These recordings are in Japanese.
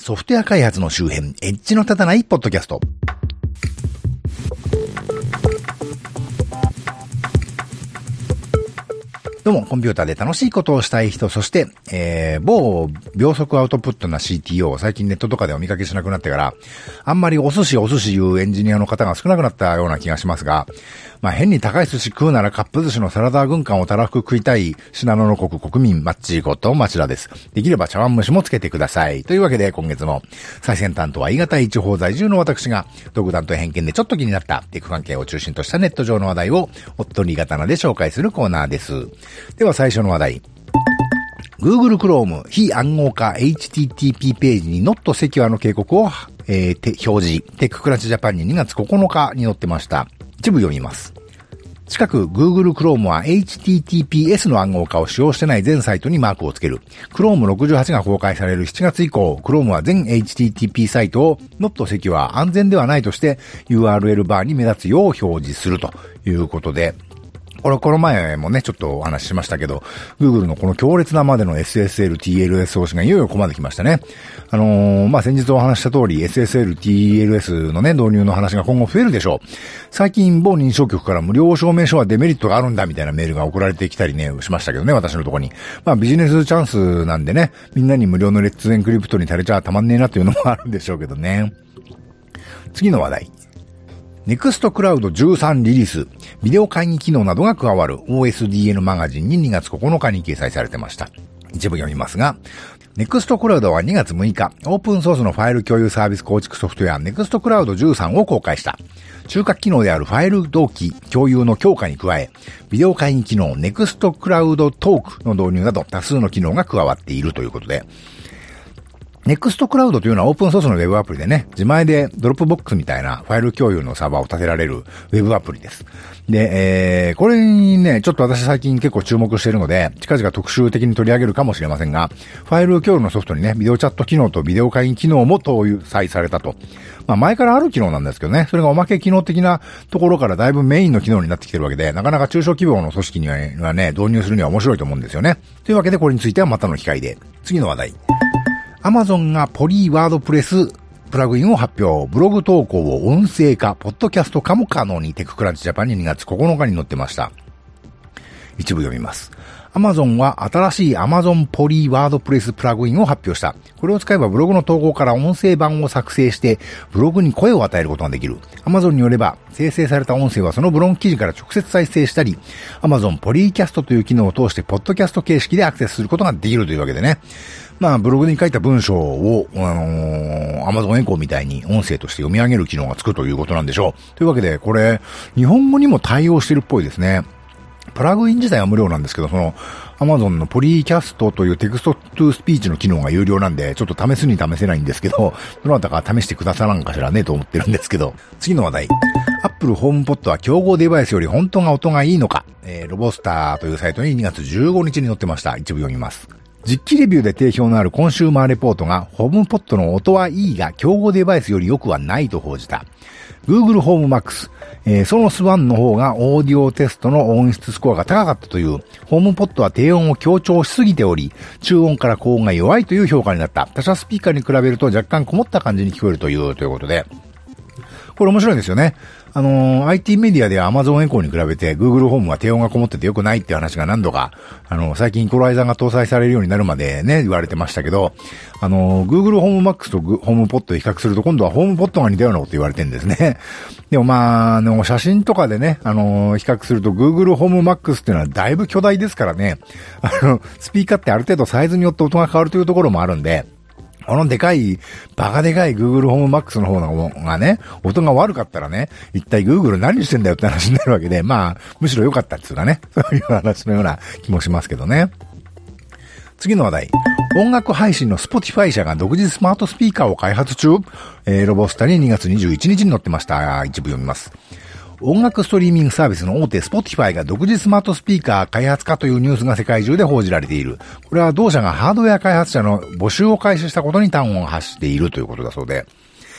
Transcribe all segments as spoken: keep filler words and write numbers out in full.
ソフトウェア開発の周辺、エッジの立たないポッドキャスト。どうも、コンピューターで楽しいことをしたい人、そして、えー、某秒速アウトプットな シーティーオー を最近ネットとかでお見かけしなくなってから、あんまりお寿司お寿司言うエンジニアの方が少なくなったような気がしますが、まあ変に高い寿司食うならカップ寿司のサラダ軍艦をたらふく食いたい信濃の国国民マッチーこと町田です。できれば茶碗蒸しもつけてください。というわけで今月も最先端とは言い難い地方在住の私が独断と偏見でちょっと気になったテク関係を中心としたネット上の話題を夫に刀で紹介するコーナーです。では最初の話題。Google Chrome 非暗号化 エイチティーティーピー ページに Not Secure の警告を、えー、表示。テッククランチジャパンににがつここのかに載ってました。一部読みます。近く Google Chrome は エイチティーティーピーエス の暗号化を使用してない全サイトにマークをつける。Chrome ろくじゅうはちが公開されるしちがつ以降、Chrome は全 エイチティーティーピー サイトを Not Secure 安全ではないとして ユーアールエル バーに目立つよう表示するということで、これ、この前もね、ちょっとお話ししましたけど、Google のこの強烈なまでの エスエスエル、ティーエルエス 推しがいよいよここまで来ましたね。あのー、まあ、先日お話した通り エスエスエル、ティーエルエス のね、導入の話が今後増えるでしょう。最近、某認証局から無料証明書はデメリットがあるんだみたいなメールが送られてきたりね、しましたけどね、私のところに。まあ、ビジネスチャンスなんでね、みんなに無料のレッツエンクリプトに垂れちゃたまんねえなっていうのもあるんでしょうけどね。次の話題。Nextcloud じゅうさんリリース、ビデオ会議機能などが加わる オーエスディーエヌ マガジンににがつここのかに掲載されてました。一部読みますが、Nextcloud はにがつむいか、オープンソースのファイル共有サービス構築ソフトウェア Nextcloud じゅうさんを公開した。中核機能であるファイル同期共有の強化に加え、ビデオ会議機能 Nextcloud Talk の導入など多数の機能が加わっているということで、Nextcloud というのはオープンソースのウェブアプリでね、自前でドロップボックスみたいなファイル共有のサーバーを立てられるウェブアプリです。で、えー、これにね、ちょっと私最近結構注目しているので、近々特集的に取り上げるかもしれませんが、ファイル共有のソフトにね、ビデオチャット機能とビデオ会議機能も搭載されたと。まあ前からある機能なんですけどね、それがおまけ機能的なところからだいぶメインの機能になってきてるわけで、なかなか中小規模の組織にはね、導入するには面白いと思うんですよね。というわけでこれについてはまたの機会で。次の話題。Amazon がポリーワードプレスプラグインを発表。ブログ投稿を音声化、ポッドキャスト化も可能にテッククランチジャパンににがつここのかに載ってました。一部読みます。Amazon は新しい Amazon ポリーワードプレスプラグインを発表した。これを使えばブログの投稿から音声版を作成してブログに声を与えることができる。Amazon によれば生成された音声はそのブログ記事から直接再生したり、Amazon ポリーキャストという機能を通してポッドキャスト形式でアクセスすることができるというわけでね。まあブログに書いた文章を、あのー、Amazon エコーみたいに音声として読み上げる機能がつくということなんでしょう。というわけでこれ日本語にも対応してるっぽいですね。プラグイン自体は無料なんですけど、その Amazon のポリーキャストというテクストトゥースピーチの機能が有料なんで、ちょっと試すに試せないんですけど、どなたか試してくださらんかしらねと思ってるんですけど。次の話題。Apple HomePod は競合デバイスより本当が音がいいのか、えー、ロボスターというサイトににがつじゅうごにちに載ってました。一部読みます。実機レビューで定評のあるコンシューマーレポートが、ホームポットの音はいいが競合デバイスより良くはないと報じた。Google Home Max、えー、ソノスワンの方がオーディオテストの音質スコアが高かったという、ホームポットは低音を強調しすぎており、中音から高音が弱いという評価になった。他社スピーカーに比べると若干こもった感じに聞こえるという、ということで。これ面白いですよね。あのー、アイティー メディアでは Amazon エコーに比べて Google ホームは低音がこもってて良くないっていう話が何度か、あのー、最近イコライザーが搭載されるようになるまでね、言われてましたけど、あのー、Google ホーム Max と HomePod を比較すると今度は HomePod が似たようなこと言われてるんですね。でもまあ、あの、写真とかでね、あのー、比較すると Google Home Max っていうのはだいぶ巨大ですからね、あの、スピーカーってある程度サイズによって音が変わるというところもあるんで、このでかい、バカでかい Google Home Max の方がね、音が悪かったらね、一体 Google 何してんだよって話になるわけで、まあ、むしろ良かったっていうかね、そういう話のような気もしますけどね。次の話題。音楽配信の Spotify 社が独自スマートスピーカーを開発中、えー、ロボスタににがつにじゅういちにちに載ってました。一部読みます。音楽ストリーミングサービスの大手 Spotify が独自スマートスピーカー開発かというニュースが世界中で報じられている。これは同社がハードウェア開発者の募集を開始したことに端を発しているということだそうで、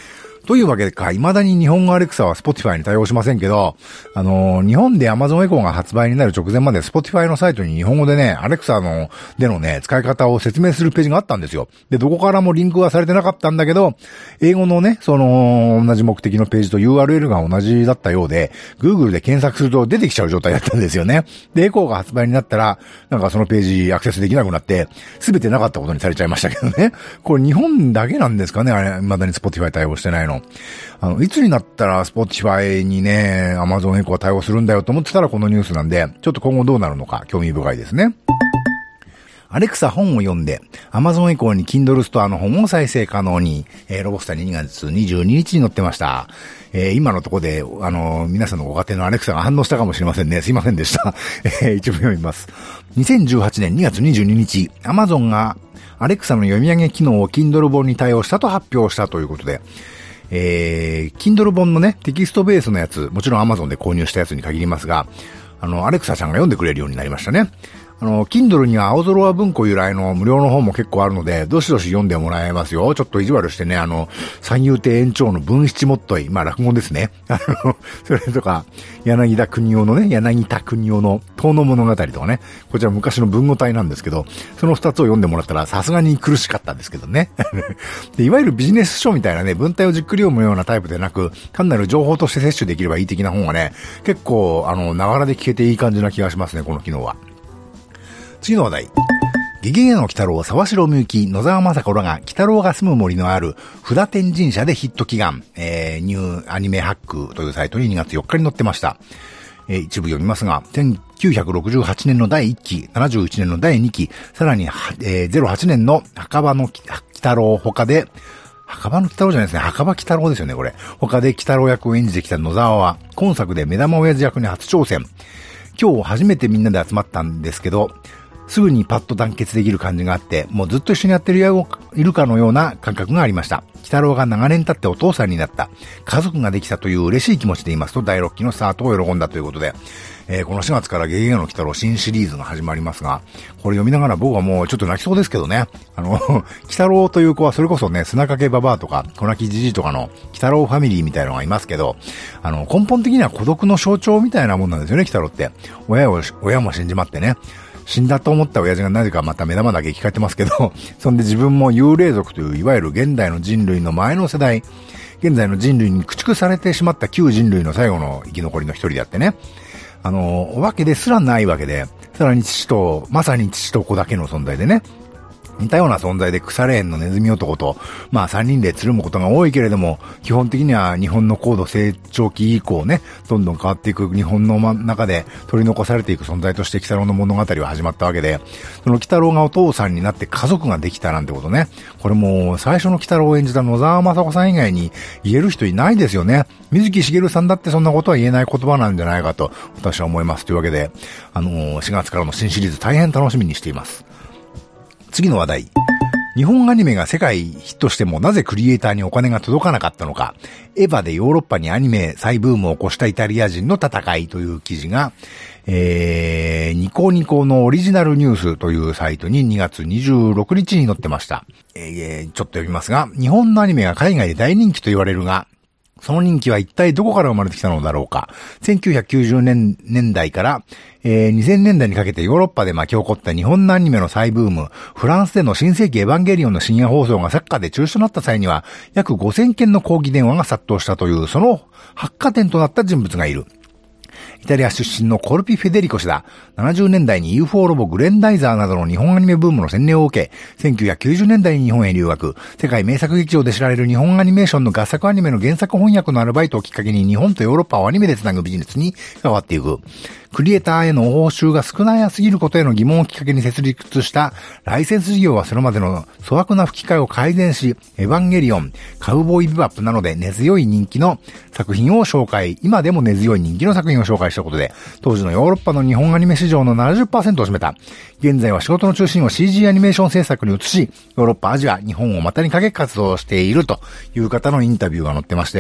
というわけでか、未だに日本語アレクサは Spotify に対応しませんけど、あのー、日本で Amazon Echo が発売になる直前まで Spotify のサイトに日本語でね、アレクサの、でのね、使い方を説明するページがあったんですよ。で、どこからもリンクはされてなかったんだけど、英語のね、その、同じ目的のページと ユーアールエル が同じだったようで、Google で検索すると出てきちゃう状態だったんですよね。で、Echo が発売になったら、なんかそのページアクセスできなくなって、すべてなかったことにされちゃいましたけどね。これ日本だけなんですかね、あれ、未だに Spotify 対応してないの。あの、いつになったら Spotify にね、Amazon Echo が対応するんだよと思ってたらこのニュースなんで、ちょっと今後どうなるのか興味深いですね。アレクサ本を読んで、Amazon Echo に Kindle ストアの本を再生可能に、えー、ロボスタににがつにじゅうににちに載ってました。えー、今のところで、あのー、皆さんのご家庭のアレクサが反応したかもしれませんね。すいませんでした。えー、一部読みます。にせんじゅうはちねんにがつにじゅうににち、Amazon がアレクサの読み上げ機能を Kindle 本に対応したと発表したということで、えー、Kindle 本のね、テキストベースのやつ、もちろん Amazon で購入したやつに限りますが、あの、アレクサちゃんが読んでくれるようになりましたね。あの、Kindle には青空文庫由来の無料の本も結構あるので、どしどし読んでもらえますよ。ちょっと意地悪してね、あの、三遊亭延長の文七もっとい、まあ落語ですね。あの、それとか、柳田国夫のね、柳田国夫の遠野物語とかね、こちら昔の文語体なんですけど、その二つを読んでもらったらさすがに苦しかったんですけどね。で、いわゆるビジネス書みたいなね、文体をじっくり読むようなタイプでなく、単なる情報として摂取できればいい的な本はね、結構、あの、ながらで聞けていい感じな気がしますね、この機能は。次の話題。ゲゲゲの鬼太郎、沢城みゆき、野沢雅子らが、鬼太郎が住む森のある、札天神社でヒット祈願、えー、ニューアニメハックというサイトににがつよっかに載ってました。えー、一部読みますが、せんきゅうひゃくろくじゅうはちねんのだいいっき、ななじゅういちねんのだいにき、さらに、えー、ゼロはちねんの墓場の鬼太郎他で、墓場の鬼太郎じゃないですね。墓場鬼太郎ですよね、これ。他で鬼太郎役を演じてきた野沢は、今作で目玉親父役に初挑戦。今日初めてみんなで集まったんですけど、すぐにパッと団結できる感じがあって、もうずっと一緒にやってるやいるかのような感覚がありました。鬼太郎が長年経ってお父さんになった、家族ができたという嬉しい気持ちでいますと、だいろっきのスタートを喜んだということで、えー、このしがつからゲゲゲの鬼太郎新シリーズが始まりますが、これ読みながら僕はもうちょっと泣きそうですけどね。あの、鬼太郎という子はそれこそね、砂かけババアとか、小泣きじじいとかの鬼太郎ファミリーみたいなのがいますけど、あの、根本的には孤独の象徴みたいなもんなんですよね、鬼太郎って。親を、親も死んじまってね。死んだと思った親父がなぜかまた目玉だけ生き返ってますけど、そんで自分も幽霊族といういわゆる現代の人類の前の世代、現在の人類に駆逐されてしまった旧人類の最後の生き残りの一人であってね。あの、お化けですらないわけで、さらに父と、まさに父と子だけの存在でね。似たような存在で腐れ縁のネズミ男と、まあ三人でつるむことが多いけれども、基本的には日本の高度成長期以降ね、どんどん変わっていく日本の中で取り残されていく存在として鬼太郎の物語は始まったわけで、その鬼太郎がお父さんになって家族ができたなんてことね、これもう最初の鬼太郎を演じた野沢雅子さん以外に言える人いないですよね。水木しげるさんだってそんなことは言えない言葉なんじゃないかと私は思います。というわけで、あのー、しがつからの新シリーズ大変楽しみにしています。次の話題。日本アニメが世界ヒットしてもなぜクリエイターにお金が届かなかったのか。エヴァでヨーロッパにアニメ再ブームを起こしたイタリア人の戦いという記事が、えー、ニコニコのオリジナルニュースというサイトににがつにじゅうろくにちに載ってました。えー、ちょっと読みますが、日本のアニメが海外で大人気と言われるが、その人気は一体どこから生まれてきたのだろうか。せんきゅうひゃくきゅうじゅうねんだいから、えー、にせんねんだいにかけてヨーロッパで巻き起こった日本のアニメの再ブーム、フランスでの新世紀エヴァンゲリオンの深夜放送がサッカーで中止となった際には、約ごせんけんの抗議電話が殺到したという、その発火点となった人物がいる。イタリア出身のコルピ・フェデリコ氏だ。ななじゅうねんだいに ユーフォー ロボ、グレンダイザーなどの日本アニメブームの洗礼を受け、せんきゅうひゃくきゅうじゅうねんだいに日本へ留学。世界名作劇場で知られる日本アニメーションの合作アニメの原作翻訳のアルバイトをきっかけに日本とヨーロッパをアニメでつなぐビジネスに関わっていく。クリエイターへの報酬が少なすぎることへの疑問をきっかけに設立したライセンス事業はそれまでの粗悪な吹き替えを改善し、エヴァンゲリオン、カウボーイビバップなどで根強い人気の作品を紹介、今でも根強い人気の作品を紹介したことで、当時のヨーロッパの日本アニメ市場の ななじゅっパーセント を占めた。現在は仕事の中心を シージー アニメーション制作に移し、ヨーロッパ、アジア、日本を股にかけ活動しているという方のインタビューが載ってまして、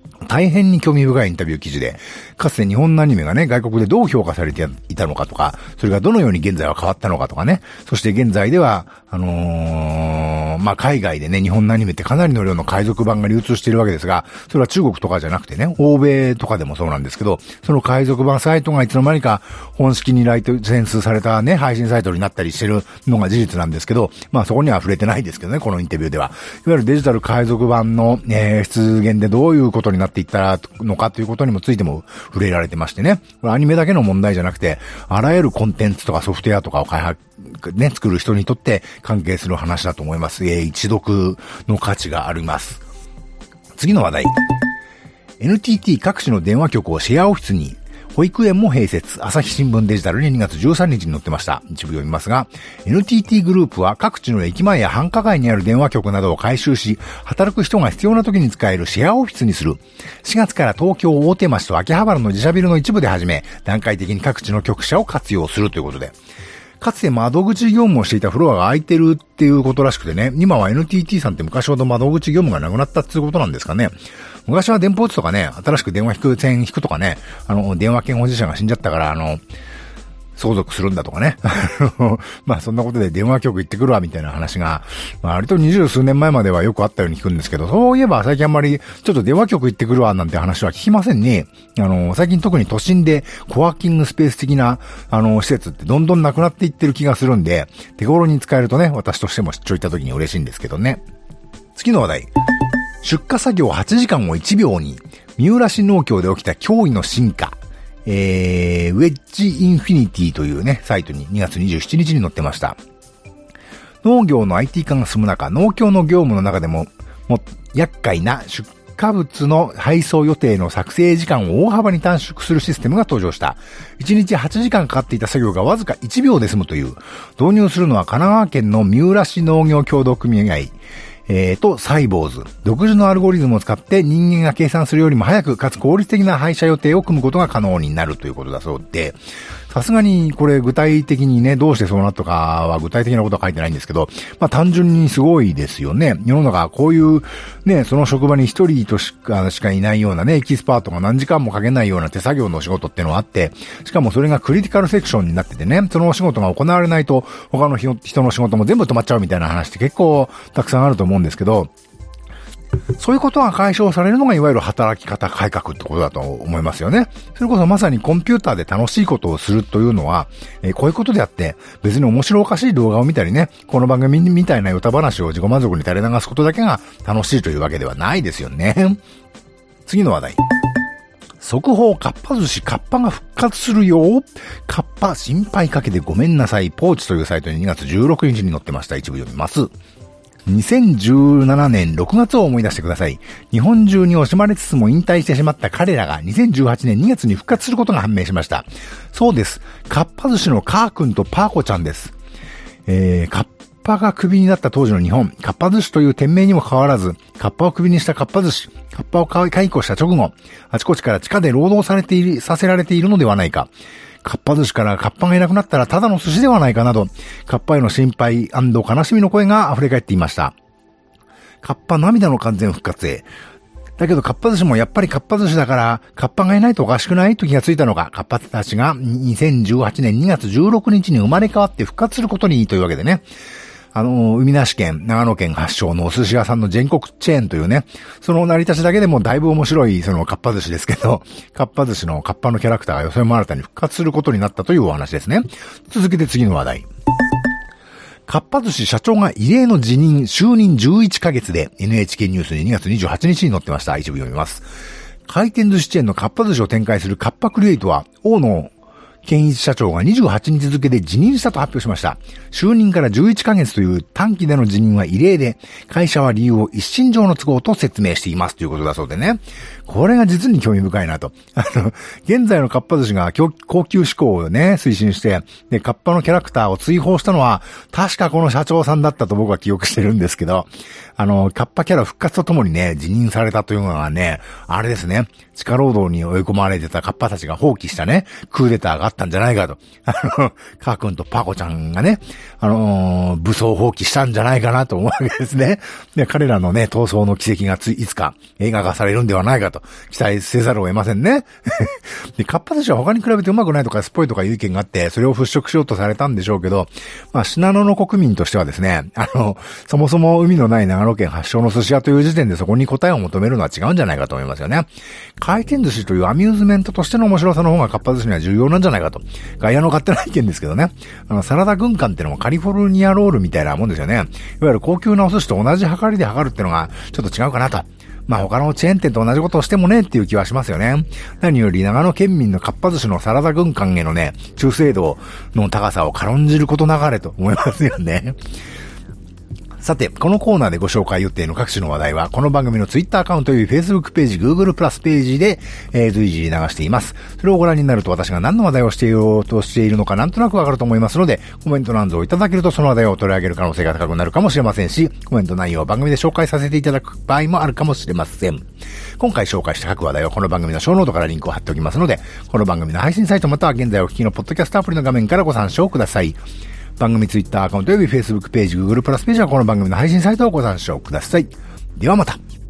大変に興味深いインタビュー記事で、かつて日本のアニメがね、外国でどう評価されていたのかとか、それがどのように現在は変わったのかとかね、そして現在では、あのー、まあ、海外でね、日本のアニメってかなりの量の海賊版が流通しているわけですが、それは中国とかじゃなくてね、欧米とかでもそうなんですけど、その海賊版サイトがいつの間にか本式にライセンスされたね、配信サイトになったりしてるのが事実なんですけど、まあ、そこには触れてないですけどね、このインタビューでは。いわゆるデジタル海賊版の、えー、出現でどういうことになっていったのかということにもついても触れられてましてね、これアニメだけの問題じゃなくて、あらゆるコンテンツとかソフトウェアとかを開発、ね、作る人にとって関係する話だと思います。えー、一読の価値があります。次の話題。エヌティーティー 各種の電話局をシェアオフィスに、保育園も併設、朝日新聞デジタルににがつじゅうさんにちに載ってました。一部読みますが、エヌティーティー グループは各地の駅前や繁華街にある電話局などを改修し、働く人が必要な時に使えるシェアオフィスにする。しがつから東京大手町と秋葉原の自社ビルの一部で始め、段階的に各地の局舎を活用するということで。かつて窓口業務をしていたフロアが空いてるっていうことらしくてね、今は エヌティーティー さんって昔ほど窓口業務がなくなったっていうことなんですかね。昔は電報打つとかね、新しく電話引く、線引くとかね、あの、電話券保持者が死んじゃったから、あの、相続するんだとかね。まあそんなことで電話局行ってくるわみたいな話が、まあ割と二十数年前まではよくあったように聞くんですけど、そういえば最近あんまりちょっと電話局行ってくるわなんて話は聞きませんね。あの、最近特に都心でコワーキングスペース的な、あの、施設ってどんどんなくなっていってる気がするんで、手頃に使えるとね、私としても出張行った時に嬉しいんですけどね。次の話題。出荷作業はちじかんをいちびょうに、三浦市農協で起きた驚異の進化。えー、ウェッジインフィニティというね、サイトににがつにじゅうしちにちに載ってました。農業の アイティー 化が進む中、農協の業務の中でも、も厄介な出荷物の配送予定の作成時間を大幅に短縮するシステムが登場した。いちにちはちじかんかかっていた作業がわずかいちびょうで済むという。導入するのは神奈川県の三浦市農業協同組合。えーと、サイボーズ。独自のアルゴリズムを使って人間が計算するよりも早くかつ効率的な配車予定を組むことが可能になるということだそうで、さすがにこれ具体的にね、どうしてそうなったかは具体的なことは書いてないんですけど、まあ単純にすごいですよね。世の中こういうね、その職場に一人としか、しかいないようなね、エキスパートが何時間もかけないような手作業の仕事ってのがあって、しかもそれがクリティカルセクションになっててね、そのお仕事が行われないと他の人の仕事も全部止まっちゃうみたいな話って結構たくさんあると思うんですけど、そういうことが解消されるのがいわゆる働き方改革ってことだと思いますよね。それこそまさにコンピューターで楽しいことをするというのは、えー、こういうことであって別に面白おかしい動画を見たりね、この番組みたいな歌話を自己満足に垂れ流すことだけが楽しいというわけではないですよね。次の話題。速報、かっぱ寿司、かっぱが復活するよ。かっぱ心配かけてごめんなさい。ポーチというサイトににがつじゅうろくにちに載ってました。一部読みます。にせんじゅうななねんろくがつを思い出してください。日本中に惜しまれつつも引退してしまった彼らがにせんじゅうはちねんにがつに復活することが判明しました。そうです。かっぱ寿司のカー君とパーコちゃんです。えー、かっぱがクビになった当時の日本、かっぱ寿司という店名にもかかわらず、かっぱをクビにしたかっぱ寿司、かっぱを解雇した直後、あちこちから地下で労働されている、させられているのではないか。かっぱ寿司からかっぱがいなくなったらただの寿司ではないかなど、かっぱへの心配&悲しみの声が溢れ返っていました。かっぱ涙の完全復活へ。だけどかっぱ寿司もやっぱりかっぱ寿司だから、かっぱがいないとおかしくないと気がついたのが、かっぱたちがにせんじゅうはちねんにがつじゅうろくにちに生まれ変わって復活することにというわけでね。あの、海なし県、長野県発祥のお寿司屋さんの全国チェーンというね、その成り立ちだけでもだいぶ面白い、そのかっぱ寿司ですけど、かっぱ寿司のかっぱのキャラクターが予選も新たに復活することになったというお話ですね。続けて次の話題。かっぱ寿司社長が異例の辞任、就任じゅういっかげつで エヌエイチケー ニュースににがつにじゅうはちにちに載ってました。一部読みます。回転寿司チェーンのかっぱ寿司を展開するかっぱクリエイトは、大野健一社長がにじゅうはちにち付で辞任したと発表しました。就任からじゅういっかげつという短期での辞任は異例で、会社は理由を一身上の都合と説明していますということだそうでね。これが実に興味深いなと。あの、現在のかっぱ寿司が高級志向をね、推進して、で、かっぱのキャラクターを追放したのは、確かこの社長さんだったと僕は記憶してるんですけど、 あの、カッパキャラ復活とともにね、辞任されたというのがね、あれですね、地下労働に追い込まれてたカッパたちが放棄したね、クーデターがあったんじゃないかと。あの、カー君とパコちゃんがね、あのー、武装放棄したんじゃないかなと思うわけですね。で、彼らのね、闘争の奇跡がつい、いつか映画化されるんではないかと期待せざるを得ませんね。で、カッパたちは他に比べて上手くないとかスポイとかいう意見があって、それを払拭しようとされたんでしょうけど、まあ、信濃の国民としてはですね、あの、そもそも海のない長野県発祥の寿司屋という時点でそこに答えを求めるのは違うんじゃないかと思いますよね。回転寿司というアミューズメントとしての面白さの方がかっぱ寿司には重要なんじゃないかと。外野の勝手な意見ですけどね。あの、サラダ軍艦ってのもカリフォルニアロールみたいなもんですよね。いわゆる高級なお寿司と同じ量りで測るってのがちょっと違うかなと。まあ他のチェーン店と同じことをしてもねっていう気はしますよね。何より長野県民のかっぱ寿司のサラダ軍艦へのね、忠誠度の高さを軽んじることながれと思いますよね。さて、このコーナーでご紹介予定の各種の話題は、この番組の Twitter アカウント及び Facebook ページ、Google プラスページで、えー、随時流しています。それをご覧になると私が何の話題をしていようとしているのかなんとなくわかると思いますので、コメント欄をいただけるとその話題を取り上げる可能性が高くなるかもしれませんし、コメント内容を番組で紹介させていただく場合もあるかもしれません。今回紹介した各話題はこの番組のショーノートからリンクを貼っておきますので、この番組の配信サイトまたは現在お聞きのポッドキャストアプリの画面からご参照ください。番組ツイッターアカウント及び Facebook ページ、Google プラスページはこの番組の配信サイトをご参照ください。ではまた。